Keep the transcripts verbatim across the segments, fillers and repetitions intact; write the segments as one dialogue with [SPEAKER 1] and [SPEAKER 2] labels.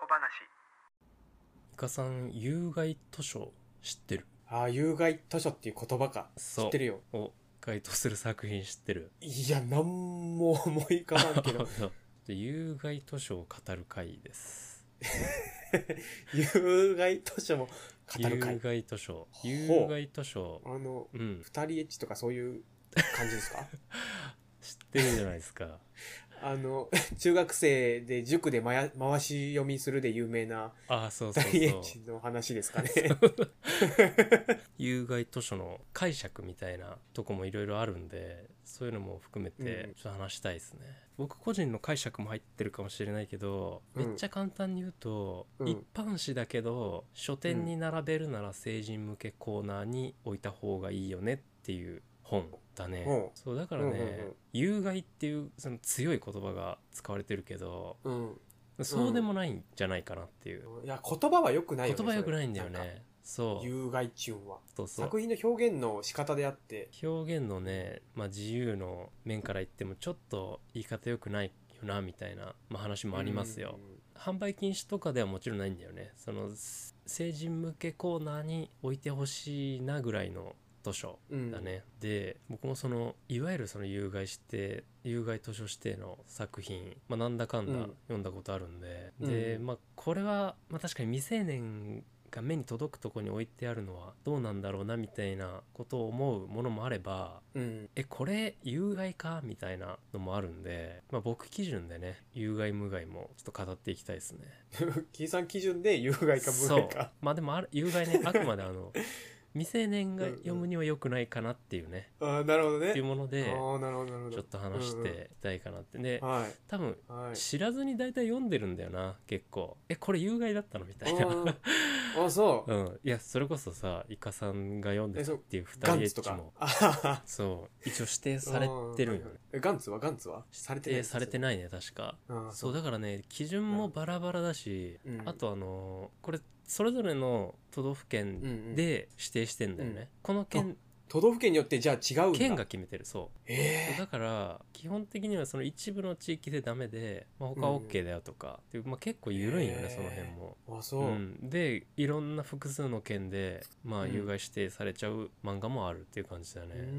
[SPEAKER 1] 小話。
[SPEAKER 2] イカさん、有害図書知ってる？
[SPEAKER 3] ああ、有害図書っていう言葉か。知
[SPEAKER 2] そう
[SPEAKER 3] ってるよ。
[SPEAKER 2] を該当する作品知ってる？
[SPEAKER 3] いや、なんも思い浮かばんけど。
[SPEAKER 2] で有害図書を語る会です。
[SPEAKER 3] 有害図書も語る会。
[SPEAKER 2] 有害図書
[SPEAKER 3] ほう
[SPEAKER 2] 有害図書
[SPEAKER 3] あの、
[SPEAKER 2] うん
[SPEAKER 3] 二人エッチとかそういう感じですか？
[SPEAKER 2] 知ってるじゃないですか。
[SPEAKER 3] あの、中学生で塾でまや回し読みするで有名な
[SPEAKER 2] ああそうそう
[SPEAKER 3] 二人エッ
[SPEAKER 2] そう
[SPEAKER 3] チの話ですかね。
[SPEAKER 2] 有害図書の解釈みたいなとこもいろいろあるんで、そういうのも含めてちょっと話したいですね、うん、僕個人の解釈も入ってるかもしれないけど、うん、めっちゃ簡単に言うと、うん、一般誌だけど書店に並べるなら成人向けコーナーに置いた方がいいよねっていう本だね、うん、そうだからね、うんうんうん、有害っていうその強い言葉が使われてるけど、うん、そうでもないんじゃないかなっていう、
[SPEAKER 3] うん、いや言葉は良くないよね。
[SPEAKER 2] 言葉良くないんだよね。そう
[SPEAKER 3] 有害チューンは
[SPEAKER 2] そうそう
[SPEAKER 3] 作品の表現の仕方であって、
[SPEAKER 2] 表現のね、まあ、自由の面から言ってもちょっと言い方良くないよなみたいな、まあ、話もありますよ。販売禁止とかではもちろんないんだよね。その成人向けコーナーに置いてほしいなぐらいの図書だね、うん、で僕もそのいわゆるその有害指定有害図書指定の作品、まあ、なんだかんだ読んだことあるんで、うん、でまあこれは、まあ、確かに未成年が目に届くとこに置いてあるのはどうなんだろうなみたいなことを思うものもあれば、うん、えこれ有害かみたいなのもあるんで、まあ、僕基準でね有害無害もちょっと語っていきたいですね。
[SPEAKER 3] 計算基準で有害か無害か。
[SPEAKER 2] そうまあでもある有害ねあくまであの未成年が読むには良くないかなっていうね、
[SPEAKER 3] うんうん、あなるほどね
[SPEAKER 2] っていうもので
[SPEAKER 3] あなるほどなるほど
[SPEAKER 2] ちょっと話していきたいかなって、で、
[SPEAKER 3] はい、
[SPEAKER 2] 多分、
[SPEAKER 3] はい、
[SPEAKER 2] 知らずに大体読んでるんだよな結構。えこれ有害だったのみたいな。
[SPEAKER 3] ああそう、
[SPEAKER 2] うん、いやそれこそさイカさんが読んでたっていう二人エッチもそう一応指定されてるんよね。
[SPEAKER 3] ガンツはガンツはされてない、
[SPEAKER 2] 指定されてないね確か。そうだからね基準もバラバラだし、うん、あとあのー、これそれぞれの都道府県で指定してんだよね、うんうん、この県
[SPEAKER 3] 都道府県によってじゃあ違うんだ。
[SPEAKER 2] 県が決めてる。そう、
[SPEAKER 3] えー、
[SPEAKER 2] そうだから基本的にはその一部の地域でダメで、まあ、他は OK だよとか、うん、まあ、結構緩いよね、えー、その辺も。
[SPEAKER 3] あそう、うん、
[SPEAKER 2] でいろんな複数の県で、まあ、有害指定されちゃう漫画もあるっていう感じだね。うん、うん、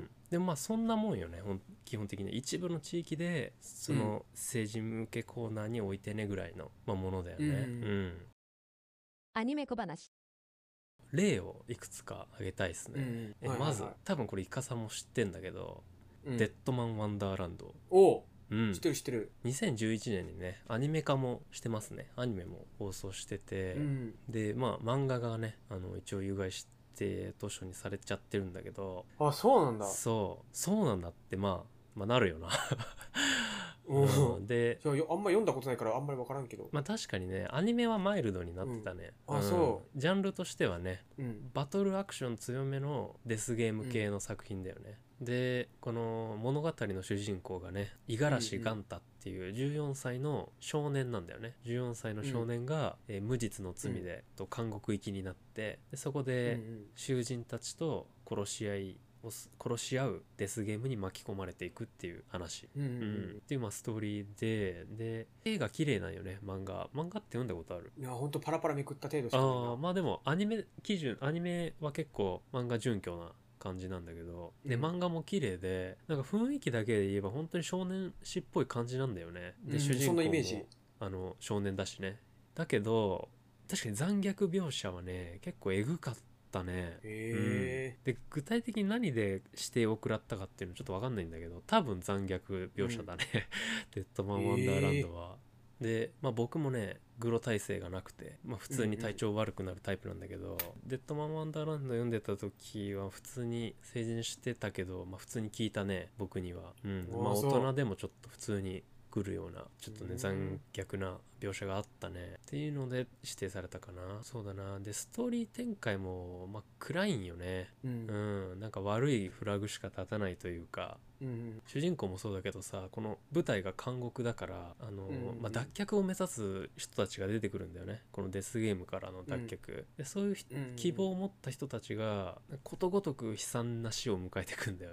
[SPEAKER 2] でもまあそんなもんよね基本的に一部の地域でその成人向けコーナーに置いてねぐらいの、まあ、ものだよね。うん、うん、
[SPEAKER 4] アニメ小話
[SPEAKER 2] 例をいくつか挙げたいですね、うんえはいはいはい、まず多分これイカさんも知ってんだけど、うん、デッドマンワンダーランド。
[SPEAKER 3] お、うん、知ってる知ってる。
[SPEAKER 2] にせんじゅういちねんにねアニメ化もしてますね。アニメも放送してて、うん、でまあ漫画がねあの一応有害指定図書にされちゃってるんだけど。
[SPEAKER 3] あそうなんだ。
[SPEAKER 2] そうそうなんだってまあまあなるよな
[SPEAKER 3] うん、であんま読んだことないからあんまり分からんけど、
[SPEAKER 2] まあ確かにねアニメはマイルドになってたね、
[SPEAKER 3] うん、あ、うん、そう
[SPEAKER 2] ジャンルとしてはね、うん、バトルアクション強めのデスゲーム系の作品だよね、うん、でこの物語の主人公がね五十嵐元太っていうじゅうよんさいの少年なんだよね。じゅうよんさいの少年が、うんえー、無実の罪で、うん、と監獄行きになって、でそこで囚人たちと殺し合い殺し合うデスゲームに巻き込まれていくっていう話、うんうんうん、っていうまあストーリーで、で絵が綺麗なんよね。漫画漫画って読んだことある？
[SPEAKER 3] いやほんとパラパラめくった程度しかないな。
[SPEAKER 2] あまあでもアニメ基準アニメは結構漫画準拠な感じなんだけど、で、うん、漫画も綺麗でなんか雰囲気だけで言えば本当に少年誌っぽい感じなんだよね。で、うん、主人公もそんなイメージあの少年だしね。だけど確かに残虐描写はね結構エグかっただね。
[SPEAKER 3] へ
[SPEAKER 2] うん、で具体的に何で指定を食らったかっていうのちょっと分かんないんだけど多分残虐描写だね、うん、デッドマンワンダーランドは。で、まあ、僕もねグロ耐性がなくて、まあ、普通に体調悪くなるタイプなんだけど、うんうん、デッドマンワンダーランド読んでた時は普通に成人してたけど、まあ、普通に聞いたね僕には、うんまあ、大人でもちょっと普通に来るようなちょっとね残虐な描写があったねっていうので指定されたかな。そうだな。でストーリー展開もまあ暗いんよね、うん、うん、なんか悪いフラグしか立たないというか、うんうん、主人公もそうだけどさこの舞台が監獄だからあの、うんうんまあ、脱却を目指す人たちが出てくるんだよねこのデスゲームからの脱却、うん、でそういう、うんうん、希望を持った人たちがことごとく悲惨な死を迎えてくんだよね。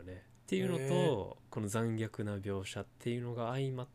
[SPEAKER 2] っていうのとこの残虐な描写っていうのが相まって、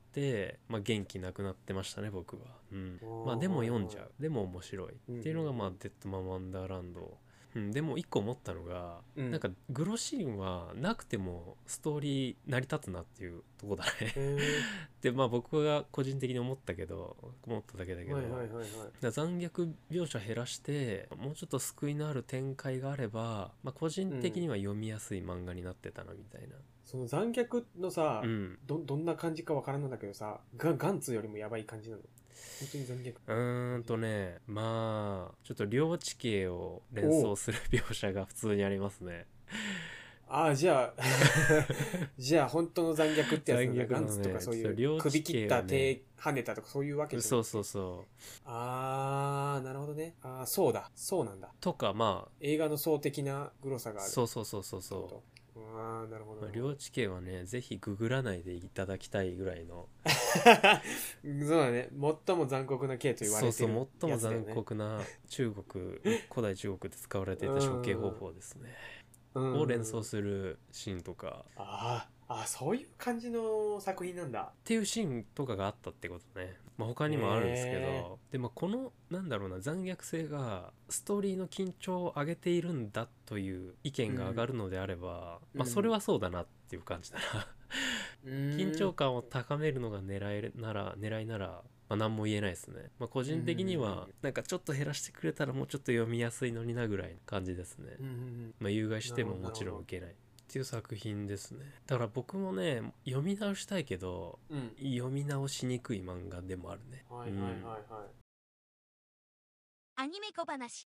[SPEAKER 2] まあ、元気なくなってましたね僕は、うん、まあでも読んじゃう、でも面白いっていうのがまあデッドマンワンダーランド、うん、でも一個思ったのが、うん、なんかグロシーンはなくてもストーリー成り立つなっていうとこだねでまあ僕が個人的に思ったけど思っただけだけど、はいはいはいはい、だ残虐描写減らしてもうちょっと救いのある展開があれば、まあ、個人的には読みやすい漫画になってたなみたいな、うん、
[SPEAKER 3] その残虐のさ、うん、ど, どんな感じかわからんのだけどさ、ガガンツよりもやばい感じなの？本当に残虐？
[SPEAKER 2] うーんとね、まあちょっと領地系を連想する描写が普通にありますね。
[SPEAKER 3] ああ、じゃあじゃあ本当の残虐ってやつなんだ、ね、ガンツとかそういう首切った手跳ねたとかそういうわけじゃない。
[SPEAKER 2] そうそうそう。
[SPEAKER 3] ああ、なるほどね。ああ、そうだ、そうなんだ。
[SPEAKER 2] とかまあ
[SPEAKER 3] 映画の層的なグロさがある。
[SPEAKER 2] そうそうそうそうそう。
[SPEAKER 3] ああ、なるほど。
[SPEAKER 2] まあ、領地系はね、ぜひググらないでいただきたいぐらいの
[SPEAKER 3] そうだね。最も残酷な刑と言われてるやつだよね。
[SPEAKER 2] そうそう、最も残酷な中国古代中国で使われていた処刑方法ですねを連想するシーンとか、
[SPEAKER 3] ああ、そういう感じの作品なんだ
[SPEAKER 2] っていうシーンとかがあったってことね。まあ、他にもあるんですけど、でもこのなんだろうな、残虐性がストーリーの緊張を上げているんだという意見が上がるのであれば、うん、まあそれはそうだなっていう感じだな緊張感を高めるのが狙いなら狙いなら、まあ、何も言えないですね。まあ、個人的にはなんかちょっと減らしてくれたらもうちょっと読みやすいのになぐらいの感じですね。まあ、有害してももちろん受けないっていう作品ですね。だから僕もね読み直したいけど、うん、読み直しにくい漫画でもあるね。
[SPEAKER 3] はいはいはいはい、うん、
[SPEAKER 4] アニメ小話。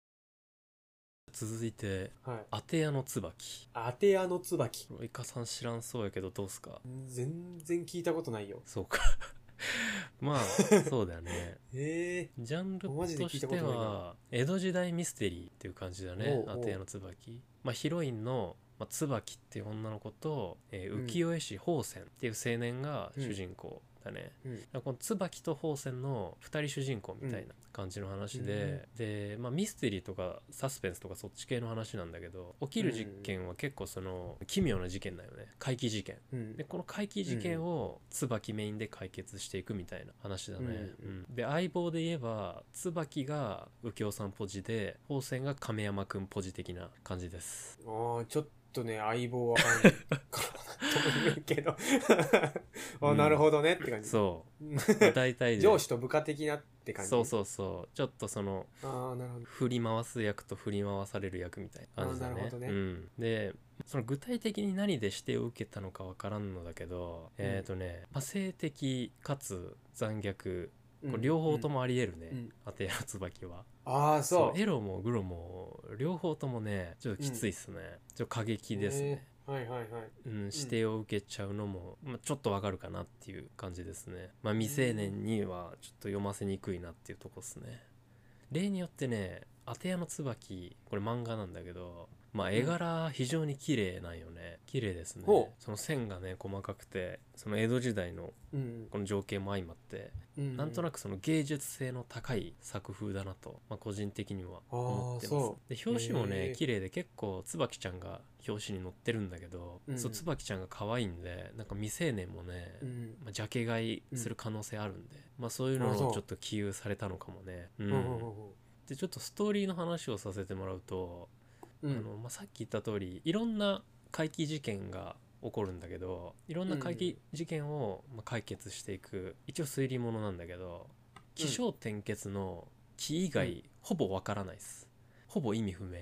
[SPEAKER 2] 続いて、はい、アテヤの椿。
[SPEAKER 3] アテヤの椿。
[SPEAKER 2] イカさん知らんそうやけどどうすか？
[SPEAKER 3] 全然聞いたことないよ。
[SPEAKER 2] そうかまあそうだよねえー、ジャンルとしては江戸時代ミステリーっていう感じだね。アテヤの椿、まあ、ヒロインのまあ、椿っていう女の子と、えー、浮世絵師宝泉っていう青年が主人公だね、うん、この椿と宝泉のふたり主人公みたいな感じの話で、うん、で、まあ、ミステリーとかサスペンスとかそっち系の話なんだけど、起きる事件は結構その奇妙な事件だよね。怪奇事件、うん、でこの怪奇事件を椿メインで解決していくみたいな話だね、うんうん、で相棒で言えば椿が右京さんポジで宝泉が亀山くんポジ的な感じです。
[SPEAKER 3] ああ、ちょっとちょっとね、相棒わかんないからと思うけどあ、なるほどねって感じ。
[SPEAKER 2] そう大体
[SPEAKER 3] 上司と部下的なって感じ。
[SPEAKER 2] そうそうそう、ちょっとそのあなるほど振り回す役と振り回される役みたいな感じだね。なるほどね、うん、でその具体的に何で指定を受けたのかわからんのだけど、うん、えっ、ー、とね、まあ、性的かつ残虐、これ両方ともありえるね、うんうん、アテヤの椿は。
[SPEAKER 3] ああ、そう。
[SPEAKER 2] そうエロもグロも両方ともねちょっときついっすね、うん、ちょっと過激ですね、
[SPEAKER 3] えー、はいはいはい、
[SPEAKER 2] うん、指定を受けちゃうのも、まあ、ちょっとわかるかなっていう感じですね。まあ未成年にはちょっと読ませにくいなっていうとこですね。例によってね、アテヤの椿これ漫画なんだけど、まあ絵柄非常に綺麗なんよね。綺麗ですね。その線がね細かくて、その江戸時代のこの情景も相まって、うん、なんとなくその芸術性の高い作風だなと、まあ、個人的には思ってます。で表紙もね綺麗で結構椿ちゃんが表紙に載ってるんだけど、うん、そう椿ちゃんが可愛いんでなんか未成年もね、うんまあ、ジャケ買いする可能性あるんで、うん、まあそういうのをちょっと起用されたのかもね。うん、でちょっとストーリーの話をさせてもらうと、うんあのまあ、さっき言った通りいろんな怪奇事件が起こるんだけど、いろんな怪奇事件をまあ解決していく一応推理物なんだけど、起承転結の起以外、うん、ほぼわからないです。ほぼ意味不明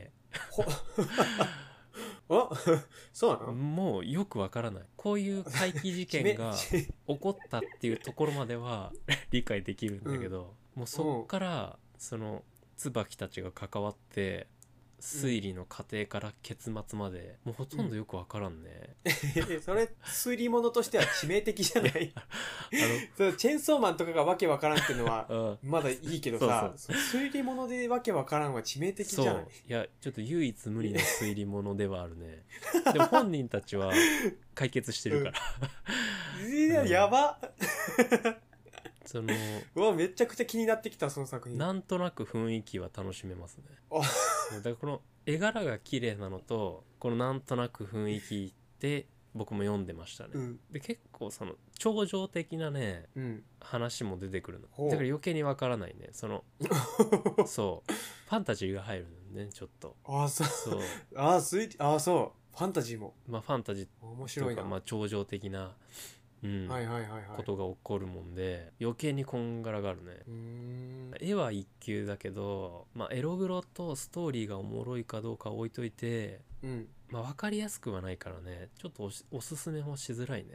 [SPEAKER 3] あそうなの？
[SPEAKER 2] もうよくわからない。こういう怪奇事件が起こったっていうところまでは理解できるんだけど、うん、もうそっからその椿たちが関わって推理の過程から結末まで、うん、もうほとんどよくわからんね、
[SPEAKER 3] うん、それ推理物としては致命的じゃないあのチェーンソーマンとかがわけわからんっていうのはまだいいけどさそうそう推理物でわけわからんは致命的じゃない？
[SPEAKER 2] いやちょっと唯一無二の推理物ではあるねでも本人たちは解決してるから、
[SPEAKER 3] うん、いや、うん、やば
[SPEAKER 2] その
[SPEAKER 3] うわめちゃくちゃ気になってきたその作品。
[SPEAKER 2] なんとなく雰囲気は楽しめますねだからこの絵柄が綺麗なのとこのなんとなく雰囲気で僕も読んでましたね、
[SPEAKER 3] うん、
[SPEAKER 2] で結構その超常的なね、
[SPEAKER 3] うん、
[SPEAKER 2] 話も出てくるの
[SPEAKER 3] ほう
[SPEAKER 2] だから余計にわからないねそのそうファンタジーが入るのねちょっと
[SPEAKER 3] ああそう
[SPEAKER 2] そう
[SPEAKER 3] ああスイああそうファンタジーも
[SPEAKER 2] まあファンタジー
[SPEAKER 3] 面白いな、
[SPEAKER 2] とかまあ超常的な、うん、
[SPEAKER 3] はいはいはいはい
[SPEAKER 2] ことが起こるもんで余計にこんがらがるね。
[SPEAKER 3] うーん
[SPEAKER 2] 絵は一級だけど、まあ、エログロとストーリーがおもろいかどうか置いといて、
[SPEAKER 3] うん
[SPEAKER 2] まあ、分かりやすくはないからねちょっとおしおすすめもしづらいね。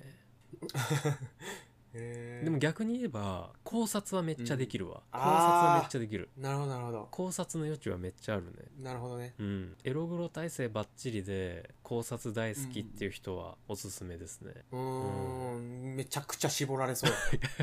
[SPEAKER 3] へー
[SPEAKER 2] でも逆に言えば考察はめっちゃできるわ、
[SPEAKER 3] うん
[SPEAKER 2] 考察はめっちゃできる。
[SPEAKER 3] なるほどなるほど
[SPEAKER 2] 考察の余地はめっちゃあるね。
[SPEAKER 3] なるほどね
[SPEAKER 2] うんエログロ体制バッチリで考察大好きっていう人はおすすめですね。
[SPEAKER 3] うーんめちゃくちゃ絞られそう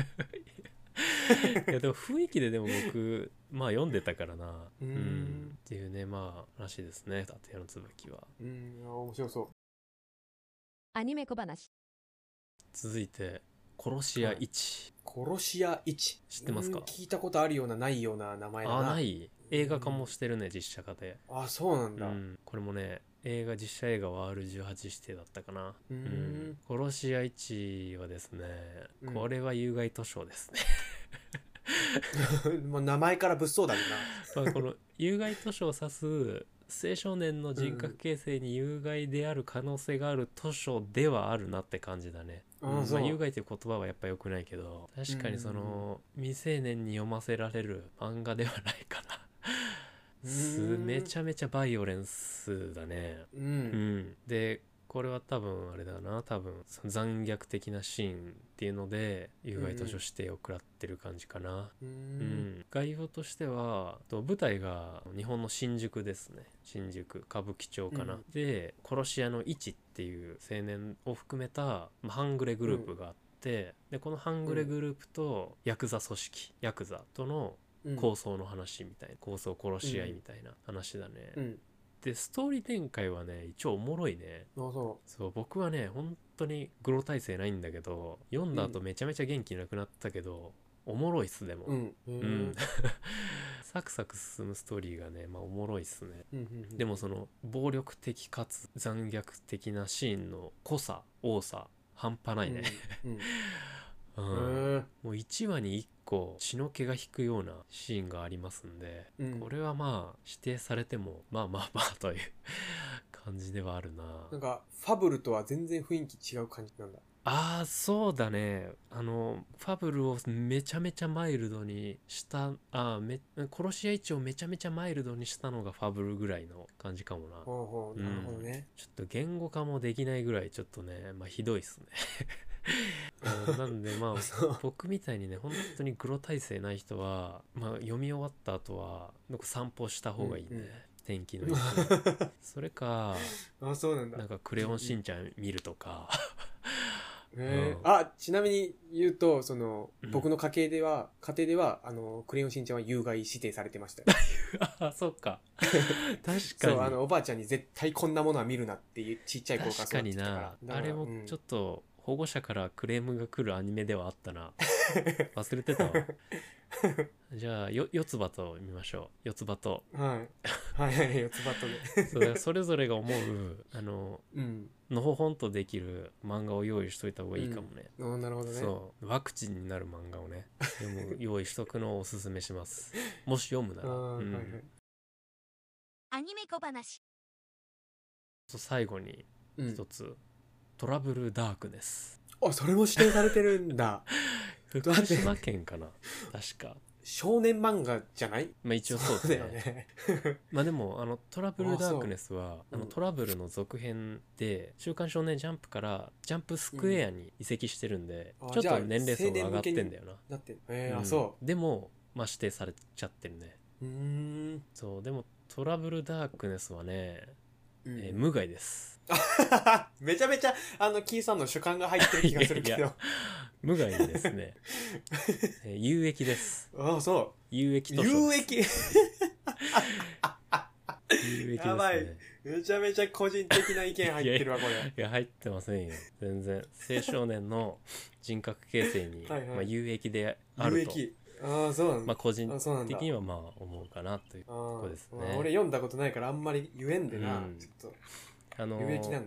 [SPEAKER 2] いやでも雰囲気ででも僕まあ読んでたからな
[SPEAKER 3] うーん
[SPEAKER 2] うんっていうねまあ話ですね立屋の椿は。
[SPEAKER 3] うーん面白そう
[SPEAKER 4] アニメ小話。
[SPEAKER 2] 続いて殺し屋いち、
[SPEAKER 3] 殺し屋いち
[SPEAKER 2] 知ってますか？
[SPEAKER 3] うーん聞いたことあるようなないような名前だな
[SPEAKER 2] あない映画化もしてるね実写化で。
[SPEAKER 3] あそうなんだ、
[SPEAKER 2] うんこれもね映画実写映画は アールじゅうはち 指定だったかな。
[SPEAKER 3] うーん
[SPEAKER 2] 殺し屋いちはですね、
[SPEAKER 3] うん
[SPEAKER 2] これは有害図書ですね
[SPEAKER 3] もう名前から物騒だけどな
[SPEAKER 2] まあこの有害図書を指す青少年の人格形成に有害である可能性がある図書ではあるなって感じだね。
[SPEAKER 3] あ
[SPEAKER 2] うん
[SPEAKER 3] そう
[SPEAKER 2] まあ、有害という言葉はやっぱ良くないけど確かにその未成年に読ませられる漫画ではないかなすめちゃめちゃバイオレンスだね。
[SPEAKER 3] う
[SPEAKER 2] うんんでこれは多分あれだな多分その残虐的なシーンっていうので有害図書指定を食らってる感じかな。
[SPEAKER 3] うー
[SPEAKER 2] うんん概要としてはと舞台が日本の新宿ですね。新宿歌舞伎町かな、
[SPEAKER 3] うん
[SPEAKER 2] で殺し屋の一っていう青年を含めたまあ半グレグループがあって、でこの半グレグループとヤクザ組織ヤクザとの
[SPEAKER 3] うん
[SPEAKER 2] 抗争の話みたいな抗争殺し合いみたいな話だね、
[SPEAKER 3] うん
[SPEAKER 2] でストーリー展開はね一応おもろいね。
[SPEAKER 3] あそ
[SPEAKER 2] そう僕はね本当にグロ体制ないんだけど読んだ後めちゃめちゃ元気なくなったけど、おもろいっすでも、
[SPEAKER 3] ううんう
[SPEAKER 2] うんサクサク進むストーリーがねまあおもろいっすね。
[SPEAKER 3] うんうん
[SPEAKER 2] でもその暴力的かつ残虐的なシーンの濃さ多さ半端ないね、
[SPEAKER 3] うん
[SPEAKER 2] う
[SPEAKER 3] うんんへ
[SPEAKER 2] もういちわにいっこ血の気が引くようなシーンがありますんで、
[SPEAKER 3] うん
[SPEAKER 2] これはまあ指定されてもまあまあまあという感じではあるな。
[SPEAKER 3] なんかファブルとは全然雰囲気違う感じなんだ
[SPEAKER 2] ああそうだねあのファブルをめちゃめちゃマイルドにしたあーめ殺し屋一をめちゃめちゃマイルドにしたのがファブルぐらいの感じかもな。
[SPEAKER 3] ほうほうなるほどね
[SPEAKER 2] ちょっと言語化もできないぐらいちょっとねまあひどいっすねうんなんでまあ
[SPEAKER 3] そう
[SPEAKER 2] 僕みたいにね本当にグロ体制ない人は、まあ、読み終わった後はなんか散歩した方がいいね、
[SPEAKER 3] うんうん
[SPEAKER 2] 天気のいい日にそれか
[SPEAKER 3] あそうなんだ
[SPEAKER 2] なんかクレヨンしんちゃん見るとか
[SPEAKER 3] へー
[SPEAKER 2] うん
[SPEAKER 3] あちなみに言うとその
[SPEAKER 2] うん
[SPEAKER 3] 僕の家系では家庭ではあのクレヨンしんちゃんは有害指定されてましたよ
[SPEAKER 2] あそっか確かに
[SPEAKER 3] そうあのおばあちゃんに絶対こんなものは見るなっていうちっちゃい頃から
[SPEAKER 2] 確かに
[SPEAKER 3] 育ってきたから
[SPEAKER 2] な
[SPEAKER 3] だから
[SPEAKER 2] あれも
[SPEAKER 3] うん
[SPEAKER 2] ちょっと保護者からクレームが来るアニメではあったな忘れてたわじゃあよ四つ葉と見ましょう。四つ葉と
[SPEAKER 3] はいはいはい四つ葉とで
[SPEAKER 2] そうだからそれぞれが思うあの
[SPEAKER 3] うん
[SPEAKER 2] のほほんとできる漫画を用意しといた方がいいかもね、
[SPEAKER 3] あなるほどね
[SPEAKER 2] そうワクチンになる漫画をねでも用意しとくのをおすすめしますもし読むな
[SPEAKER 3] あ
[SPEAKER 2] ら、うん
[SPEAKER 3] ーはいはい
[SPEAKER 4] アニメ小話。
[SPEAKER 2] 最後に
[SPEAKER 3] うん
[SPEAKER 2] 一つ、トラブルダークネス。
[SPEAKER 3] あそれも指定されてるんだ
[SPEAKER 2] 福島県かな確か。
[SPEAKER 3] 少年漫画じゃない
[SPEAKER 2] まあ一応そうです
[SPEAKER 3] だ
[SPEAKER 2] ね
[SPEAKER 3] よね
[SPEAKER 2] まあでもあのトラブルダークネスはあ
[SPEAKER 3] そう
[SPEAKER 2] のトラブルの続編で「週刊少年ジャンプ」からジャンプスクエアに移籍してるんで、
[SPEAKER 3] うんあ
[SPEAKER 2] ちょっ
[SPEAKER 3] じゃあ
[SPEAKER 2] と年齢層が上がってんだよな。
[SPEAKER 3] だってえー
[SPEAKER 2] うん
[SPEAKER 3] あそ
[SPEAKER 2] でもまあ指定されちゃってるね。
[SPEAKER 3] ううーん
[SPEAKER 2] そうでもトラブルダークネスはね、
[SPEAKER 3] うん
[SPEAKER 2] えー無害です。
[SPEAKER 3] めちゃめちゃあのキーさんの主観が入ってる気がするけど
[SPEAKER 2] いやい無害ですね、えー有益です。
[SPEAKER 3] ああそ
[SPEAKER 2] 有益
[SPEAKER 3] う
[SPEAKER 2] 図書です。
[SPEAKER 3] 有益
[SPEAKER 2] 有益です
[SPEAKER 3] やばい
[SPEAKER 2] ね。
[SPEAKER 3] めちゃめちゃ個人的な意見入ってるわこれ
[SPEAKER 2] いや入ってませんよ全然。青少年の人格形成に
[SPEAKER 3] はいはい
[SPEAKER 2] まあ、有益であ
[SPEAKER 3] 有
[SPEAKER 2] ると
[SPEAKER 3] 益ああそうなんだ、
[SPEAKER 2] まあ個人
[SPEAKER 3] あそうなんだ
[SPEAKER 2] 的にはまあ思うかなという
[SPEAKER 3] あ
[SPEAKER 2] こですね
[SPEAKER 3] まあ俺読んだことないからあんまり言えんでな、
[SPEAKER 2] うん
[SPEAKER 3] ちょっ
[SPEAKER 2] あの
[SPEAKER 3] と有益なんだ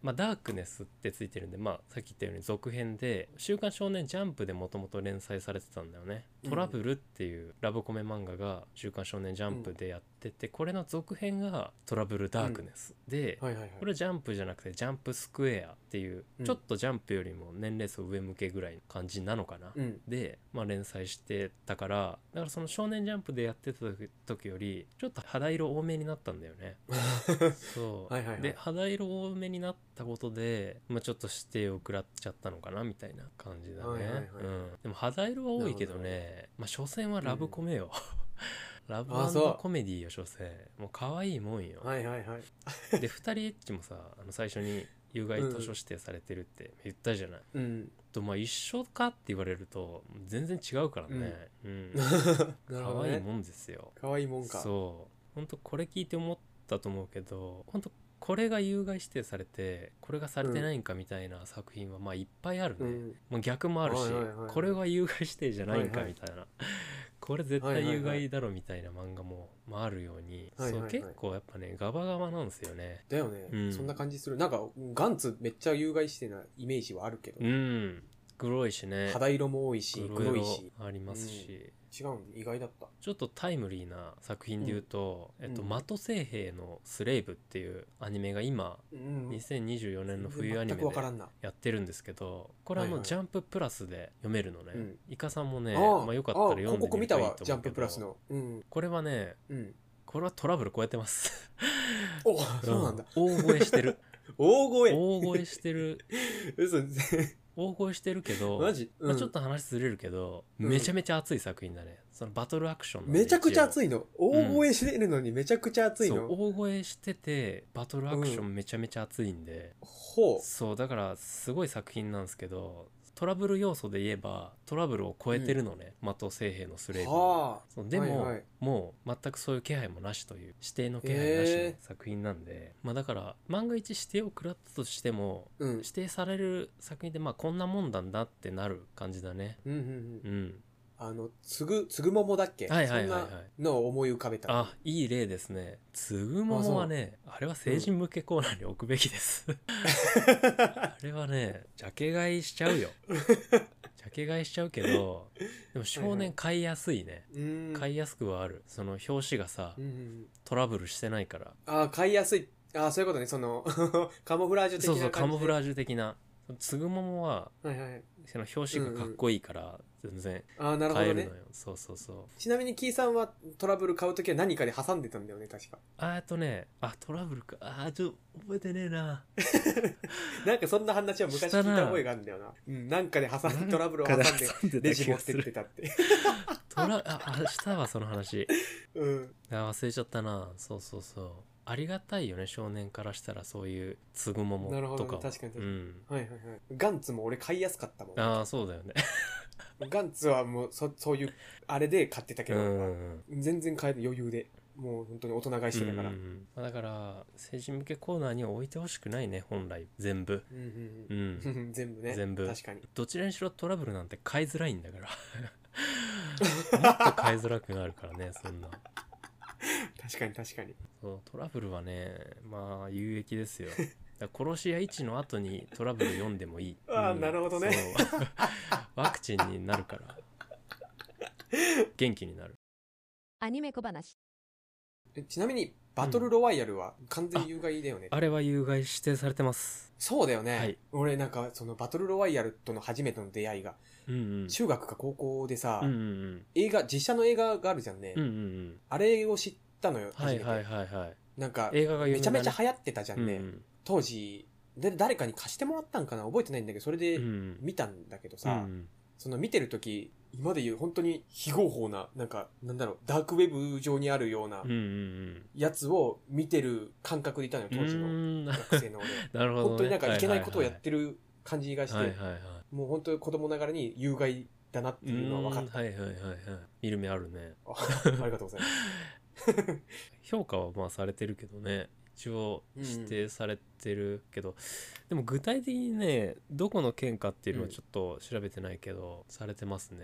[SPEAKER 2] まあ、ダークネスってついてるんで、まあ、さっき言ったように続編で週刊少年ジャンプでもともと連載されてたんだよね。トラブルっていうラブコメ漫画が週刊少年ジャンプでやってて、これの続編がトラブルダークネス、うん、で、はいはいはい、これはジャンプじゃなくてジャンプスクエアっていう、うん、ちょっとジャンプよりも年齢層上向けぐらいの感じなのかな、うん、で、まあ、連載してたから、だからその少年ジャンプでやってた時よりちょっと肌色多めになったんだよねそう、はいはいはい、で肌色多めになったことで、まあ、ちょっと指定を食らっちゃったのかなみたいな感じだね、はいはいはい、うん、でも肌色は多いけどね、まあ所詮はラブコメよ、うん、ラブ&コメディよ所詮。もう可愛いもんよ、はいはいはいでふたりエッチもさ、あの最初に有害図書指定されてるって言ったじゃない、うん、とまあ一緒かって言われると全然違うからね、うん、うん、可愛いもんですよ。
[SPEAKER 3] 可愛いもんか。
[SPEAKER 2] そう本当これ聞いて思ったと思うけど、本当これが有害指定されてこれがされてないんかみたいな作品はまあいっぱいあるね、うん、もう逆もあるし、はいはいはいはい、これは有害指定じゃないんかみたいな、はいはいこれ絶対有害だろみたいな漫画も、まあ、あるように、はいはいはい、そう結構やっぱねガバガバなんですよね。
[SPEAKER 3] だよね、うん、そんな感じする。なんかガンツめっちゃ有害してなイメージはあるけど、
[SPEAKER 2] うん、黒いしね、
[SPEAKER 3] 肌色も多いし黒いし
[SPEAKER 2] ありますし、
[SPEAKER 3] うん、違う意外だった。
[SPEAKER 2] ちょっとタイムリーな作品で言うと、うん、えっと、マト星兵のスレイブっていうアニメが今、うん、にせんにじゅうよねんの冬アニメでやってるんですけど、これはもうジャンププラスで読めるのね、はいはい、イカさんもね、まあ、よかったら読んでみるといいと思うけど、広告見たわジャンププラスの、うん、これはね、うん、これはトラブル超えてます
[SPEAKER 3] おそうなんだ、
[SPEAKER 2] 大声してる
[SPEAKER 3] 大声
[SPEAKER 2] 大声してる
[SPEAKER 3] 嘘
[SPEAKER 2] 大声してるけど、マジ、うん、まあ、ちょっと話ずれるけど、うん、めちゃめちゃ熱い作品だね。そのバトルアクションの
[SPEAKER 3] めちゃくちゃ熱いの。大声してるのにめちゃくちゃ熱いの、
[SPEAKER 2] うん、そう大声しててバトルアクションめちゃめちゃ熱いんで、
[SPEAKER 3] うん、ほう
[SPEAKER 2] そうだからすごい作品なんですけど、トラブル要素で言えばトラブルを超えてるのね、うん、的星兵のスレイブ、はあ、そうでも、はいはい、もう全くそういう気配もなしという指定の気配なしの作品なんで、えー、まあだから万が一指定を食らったとしても、うん、指定される作品でまあこんなもんだんだってなる感じだね。うんうんうん、うん
[SPEAKER 3] あのつぐつぐももだっけ、はいはいはいはい、そんなのを思い浮かべた。
[SPEAKER 2] あ、いい例ですね。つぐももはね、あ, あれは成人向けコーナーに置くべきです、うん、あれはねジャケ買いしちゃうよジャケ買いしちゃうけど、でも少年買いやすいね、はいはい、買いやすくはある。その表紙がさ、うんうん、トラブルしてないから。
[SPEAKER 3] あ、買いやすい。あ、そういうことね。そのカモフラージュ的な感じで。
[SPEAKER 2] そうそう、カモフラージュ的な。つぐももは、はいはい、その表紙がかっこいいから全然買えるのよ、うんうん、あ、なるほどね、そうそうそう。
[SPEAKER 3] ちなみにキーさんはトラブル買うときは何かで挟んでたんだよね確か。
[SPEAKER 2] あとね、あ、トラブルか、あ、ちょっと覚えてねえな
[SPEAKER 3] なんかそんな話は昔聞いた覚えがあるんだよな。うん、なんかで挟んでトラブルを挟んでレジ持ってってたって
[SPEAKER 2] トラあ、あ、したわその話、うん、あ、忘れちゃったな。そうそうそう、ありがたいよね少年からしたらそういうつぐももとか。
[SPEAKER 3] なるほど、ね、確かに確かに、うん、はいはいはい。ガンツも俺買いやすかったもん。
[SPEAKER 2] ああそうだよね
[SPEAKER 3] ガンツはもう そ, そういうあれで買ってたけど、うんうん、全然買える余裕で、もう本当に大人買いしてたから、うんうん、
[SPEAKER 2] だから成人向けコーナーには置いてほしくないね本来全部、うんうん
[SPEAKER 3] うん、全部ね、
[SPEAKER 2] 全部
[SPEAKER 3] 確かに。
[SPEAKER 2] どちらにしろトラブルなんて買いづらいんだからもっと買いづらくなるからねそんな
[SPEAKER 3] 確かに確かに。
[SPEAKER 2] そうトラブルはねまあ有益ですよ。だ殺し屋いちの後にトラブル読んでもいい。
[SPEAKER 3] ああ、うん、なるほどね
[SPEAKER 2] ワクチンになるから元気になる。
[SPEAKER 4] アニメ小話。
[SPEAKER 3] ちなみにバトルロワイヤルは完全有害だよね、
[SPEAKER 2] うん、あ, あれは有害指定されてます。
[SPEAKER 3] そうだよね、はい、俺なんかそのバトルロワイヤルとの初めての出会いが、うんうん、中学か高校でさ、うんうんうん、映画実写の映画があるじゃんね、うんうんうん、あれを知ったのよ初めて、はいはいはいはい、なんか映画がめちゃめちゃ流行ってたじゃんね、うんうん、当時で誰かに貸してもらったんかな覚えてないんだけどそれで見たんだけどさ、うんうん、その見てる時今で言う本当に非合法ななんかなんだろうダークウェブ上にあるようなやつを見てる感覚でいたのよ当時の学生の俺なるほど、ね、本当になんかいけないことをやってる感じがして、はいはいはい、もう本当に子供ながらに有害だなっていうのは分かった。
[SPEAKER 2] はいはいはいはい、見る目あるね。
[SPEAKER 3] あ, ありがとうございます
[SPEAKER 2] 評価はまあされてるけどね一応指定されてるけど、うん、でも具体的にねどこの県かっていうのはちょっと調べてないけど、うん、されてますね。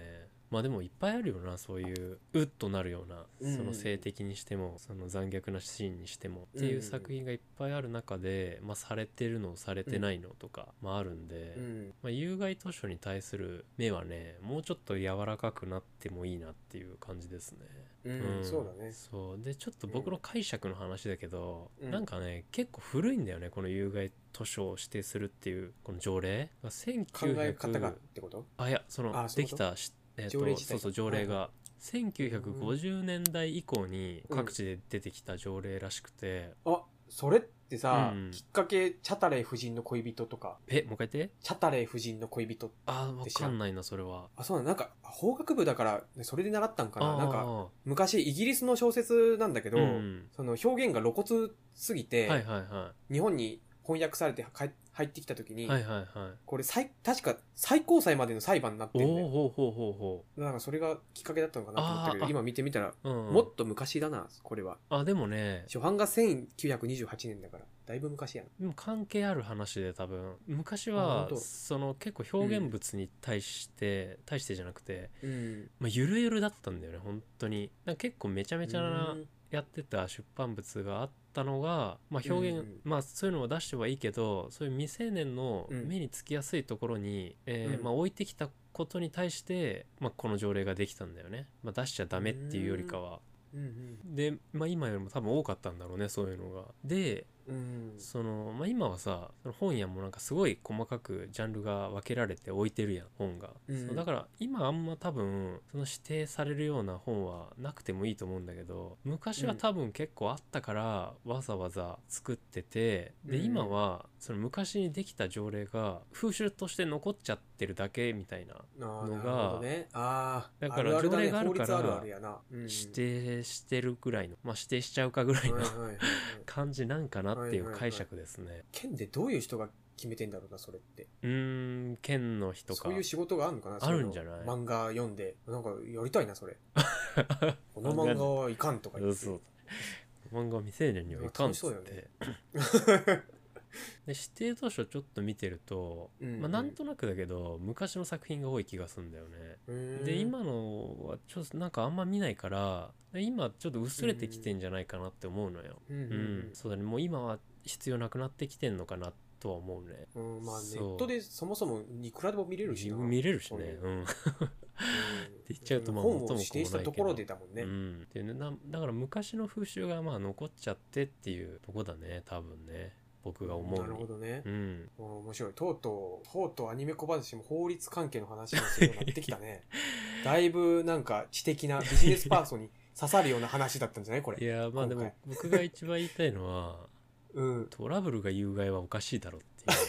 [SPEAKER 2] まあでもいっぱいあるよな、そういううっとなるような、
[SPEAKER 3] うん
[SPEAKER 2] その性的にしてもその残虐なシーンにしてもっていう作品がいっぱいある中で、まあ、されてるのされてないのとか、まあ、あるんで、
[SPEAKER 3] うん、
[SPEAKER 2] まあ、有害図書に対する目はねもうちょっと柔らかくなってもいいなっていう感じですね。
[SPEAKER 3] うん、うん、そうだね。
[SPEAKER 2] そうでちょっと僕の解釈の話だけど、
[SPEAKER 3] うん、
[SPEAKER 2] なんかね結構古いんだよね、この有害図書を指定するっていうこの条例がせんきゅうひゃく
[SPEAKER 3] 考え方がってこと？
[SPEAKER 2] あいやその
[SPEAKER 3] あそういうこと
[SPEAKER 2] できたしえーと
[SPEAKER 3] 条例自体
[SPEAKER 2] そうそう条例が、
[SPEAKER 3] はいは
[SPEAKER 2] せんきゅうひゃくごじゅうねんだい以降に各地で出てきた条例らしくて、
[SPEAKER 3] あ、それってさ、
[SPEAKER 2] うん
[SPEAKER 3] きっかけチャタレー夫人の恋人とか、
[SPEAKER 2] えもう一回言って。
[SPEAKER 3] チャタレー夫人の恋人。
[SPEAKER 2] あーわかんないなそれは。
[SPEAKER 3] あ、そうなん、なんか法学部だからそれで習ったんかな。
[SPEAKER 2] あー
[SPEAKER 3] なんか昔イギリスの小説なんだけど、
[SPEAKER 2] うん
[SPEAKER 3] その表現が露骨すぎて、
[SPEAKER 2] はいはいは
[SPEAKER 3] 日本に翻訳されてか入ってきた時に、
[SPEAKER 2] いはいはいはい。
[SPEAKER 3] これ最確か最高裁までの裁判になって
[SPEAKER 2] お
[SPEAKER 3] んだよ。
[SPEAKER 2] おほうほうほうほ
[SPEAKER 3] だからそれがきっかけだったのかなと思ったけど、
[SPEAKER 2] あーあ
[SPEAKER 3] 今見てみたら、
[SPEAKER 2] う、うん、
[SPEAKER 3] もっと昔だな、これは。
[SPEAKER 2] あでもね
[SPEAKER 3] 初版がせんきゅうひゃくにじゅうはちねんだから、だいぶ昔やな。
[SPEAKER 2] でも関係ある話で多分昔
[SPEAKER 3] あ
[SPEAKER 2] は
[SPEAKER 3] 本当
[SPEAKER 2] その結構表現物に対して、対してじゃなくて、
[SPEAKER 3] うん。
[SPEAKER 2] まあ、ゆるゆるだったんだよね本当に。なんか結構めちゃめちゃな
[SPEAKER 3] うん
[SPEAKER 2] やってた出版物があったのが、まあ、表現、
[SPEAKER 3] うんうん
[SPEAKER 2] まあそういうのを出してはいいけど、そういう未成年の目につきやすいところに、えー
[SPEAKER 3] うん
[SPEAKER 2] まあ、置いてきたことに対して、まあ、この条例ができたんだよね、まあ、出しちゃダメっていうよりかは。
[SPEAKER 3] うんうん
[SPEAKER 2] で、まあ、今よりも多分多かったんだろうねそういうのが。で
[SPEAKER 3] うん
[SPEAKER 2] その、まあ、今はさその本屋もなんかすごい細かくジャンルが分けられて置いてるやん本が、
[SPEAKER 3] うん
[SPEAKER 2] そうだから今あんま多分その指定されるような本はなくてもいいと思うんだけど、昔は多分結構あったからわざわざ作ってて、で
[SPEAKER 3] うん
[SPEAKER 2] 今はその昔にできた条例が風習として残っちゃってるだけみたいな
[SPEAKER 3] あーなる
[SPEAKER 2] のが
[SPEAKER 3] ほどね。ああ、
[SPEAKER 2] だから
[SPEAKER 3] あるあるだね
[SPEAKER 2] 条例があるから
[SPEAKER 3] 法律あるあるやな。うんうん
[SPEAKER 2] 指定してるぐらいの、まあ指定しちゃうかぐらいの
[SPEAKER 3] はいはいはいはい
[SPEAKER 2] 感じなんかなっていう
[SPEAKER 3] はいはいはい
[SPEAKER 2] 解釈ですね。
[SPEAKER 3] 県でどういう人が決めてんだろうな、それって。
[SPEAKER 2] うーん県の人か
[SPEAKER 3] そういう仕事があるのかな。
[SPEAKER 2] あるんじゃない
[SPEAKER 3] そううの漫画読んで、なんかやりたいな、それ。この漫画はいかんとか言って。
[SPEAKER 2] そう漫画未成年にはいかんっつって、
[SPEAKER 3] ね、
[SPEAKER 2] で指定図書ちょっと見てると、
[SPEAKER 3] うんうん
[SPEAKER 2] まあ、なんとなくだけど昔の作品が多い気がするんだよね。で今のはちょっとなんかあんま見ないから今ちょっと薄れてきてんじゃないかなって思うのよ。
[SPEAKER 3] うんうんうん
[SPEAKER 2] うんそうだね、もう今は必要なくなってきてんのかなとは思うね。
[SPEAKER 3] うん、まあネ
[SPEAKER 2] そう
[SPEAKER 3] ットでそもそもいくらでも見れるしな。
[SPEAKER 2] 見れるしね。
[SPEAKER 3] そう
[SPEAKER 2] うんって言っちゃうとまあ
[SPEAKER 3] 本を
[SPEAKER 2] 元も子もないけど
[SPEAKER 3] 指定したところでだもんね。
[SPEAKER 2] うんっていうね、なだから昔の風習がまあ残っちゃってっていうとこだね多分ね、僕が思うに。
[SPEAKER 3] なるほどね。
[SPEAKER 2] うん、
[SPEAKER 3] 面白い。とうとう、とうとうアニメ小話も法律関係の話をするようになってきたね。だいぶなんか知的なビジネスパーソンに刺さるような話だったんじゃないこれ。
[SPEAKER 2] いやまあでも僕が一番言いたいのは
[SPEAKER 3] うん、
[SPEAKER 2] トラブルが有害はおかしいだろっていう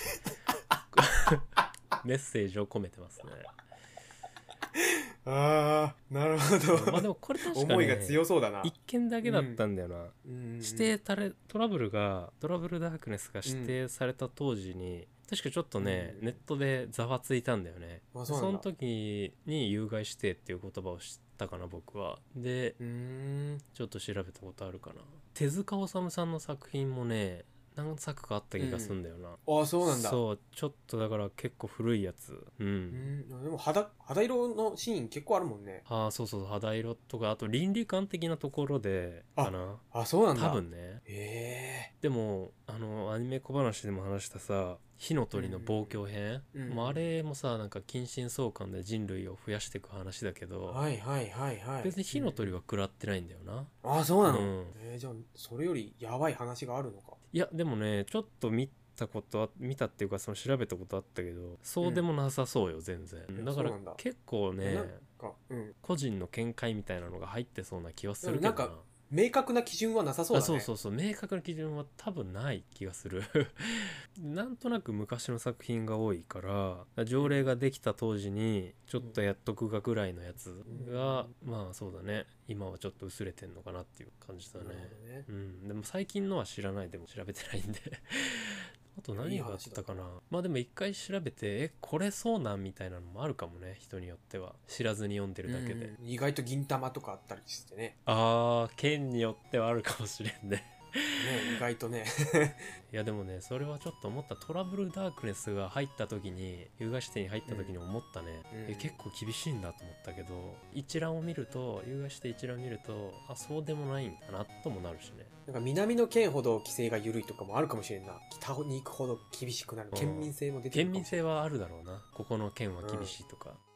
[SPEAKER 2] メッセージを込めてますね。
[SPEAKER 3] ああ、なるほど。
[SPEAKER 2] まあでもこれ確かに、ね、
[SPEAKER 3] 思いが強そうだな。
[SPEAKER 2] 一件だけだったんだよな、
[SPEAKER 3] うんうんうん、
[SPEAKER 2] 指定タレトラブルがトラブルダークネスが指定された当時に、うん、確かちょっとね、うん、ネットでざわついたんだよね。
[SPEAKER 3] あ、
[SPEAKER 2] そその時に有害指定っていう言葉を知ったかな僕は。で
[SPEAKER 3] うーん
[SPEAKER 2] ちょっと調べたことあるかな。手塚治虫さんの作品もね何作かあった気がするんだよな、
[SPEAKER 3] うん、ああそうなんだ。
[SPEAKER 2] そうちょっとだから結構古いやつ。うん、
[SPEAKER 3] うんでも 肌, 肌色のシーン結構あるもんね。
[SPEAKER 2] ああそうそう肌色とかあと倫理観的なところでかな。
[SPEAKER 3] あそうなんだ
[SPEAKER 2] 多分ね。
[SPEAKER 3] へえ。
[SPEAKER 2] でもあのアニメ小話でも話したさ火の鳥の望郷編、うん、もうあれもさなんか近親相関で人類を増やしていく話だけど、
[SPEAKER 3] はいはいはいはい、
[SPEAKER 2] 別に火の鳥は食らってないんだよな、
[SPEAKER 3] うん、あそうなの、うん、えー、じゃあそれよりやばい話があるのか。
[SPEAKER 2] いやでもねちょっと見たことは見たっていうかその調べたことあったけどそうでもなさそうよ全然、うん、だから結構ね、うん、個人の見解みたいなのが入ってそうな気はするけどな。なんか
[SPEAKER 3] 明確な基準はなさそうだね。
[SPEAKER 2] そうそうそう明確な基準は多分ない気がするなんとなく昔の作品が多いから条例ができた当時にちょっとやっとくがぐらいのやつが、うん、まあそうだね今はちょっと薄れてんのかなっていう感じだね。ね、うん、でも最近のは知らないでも調べてないんであと何があったかな。まあでも一回調べてえこれそうなんみたいなのもあるかもね人によっては知らずに読んでるだけで、
[SPEAKER 3] うん、意外と銀玉とかあったりしてね。
[SPEAKER 2] あー県によってはあるかもしれんね
[SPEAKER 3] 意外とね
[SPEAKER 2] いやでもねそれはちょっと思った。トラブルダークネスが入った時に、遊画視点に入った時に思ったね、うん、え結構厳しいんだと思ったけど、一覧を見ると、遊画視点一覧見ると、あそうでもないんだなともなるしね。
[SPEAKER 3] なんか南の県ほど規制が緩いとかもあるかもしれんな。北に行くほど厳しくなる、県民性も出てくるかもしれん。
[SPEAKER 2] 県民性はあるだろうな、ここの県は厳しいとか、うん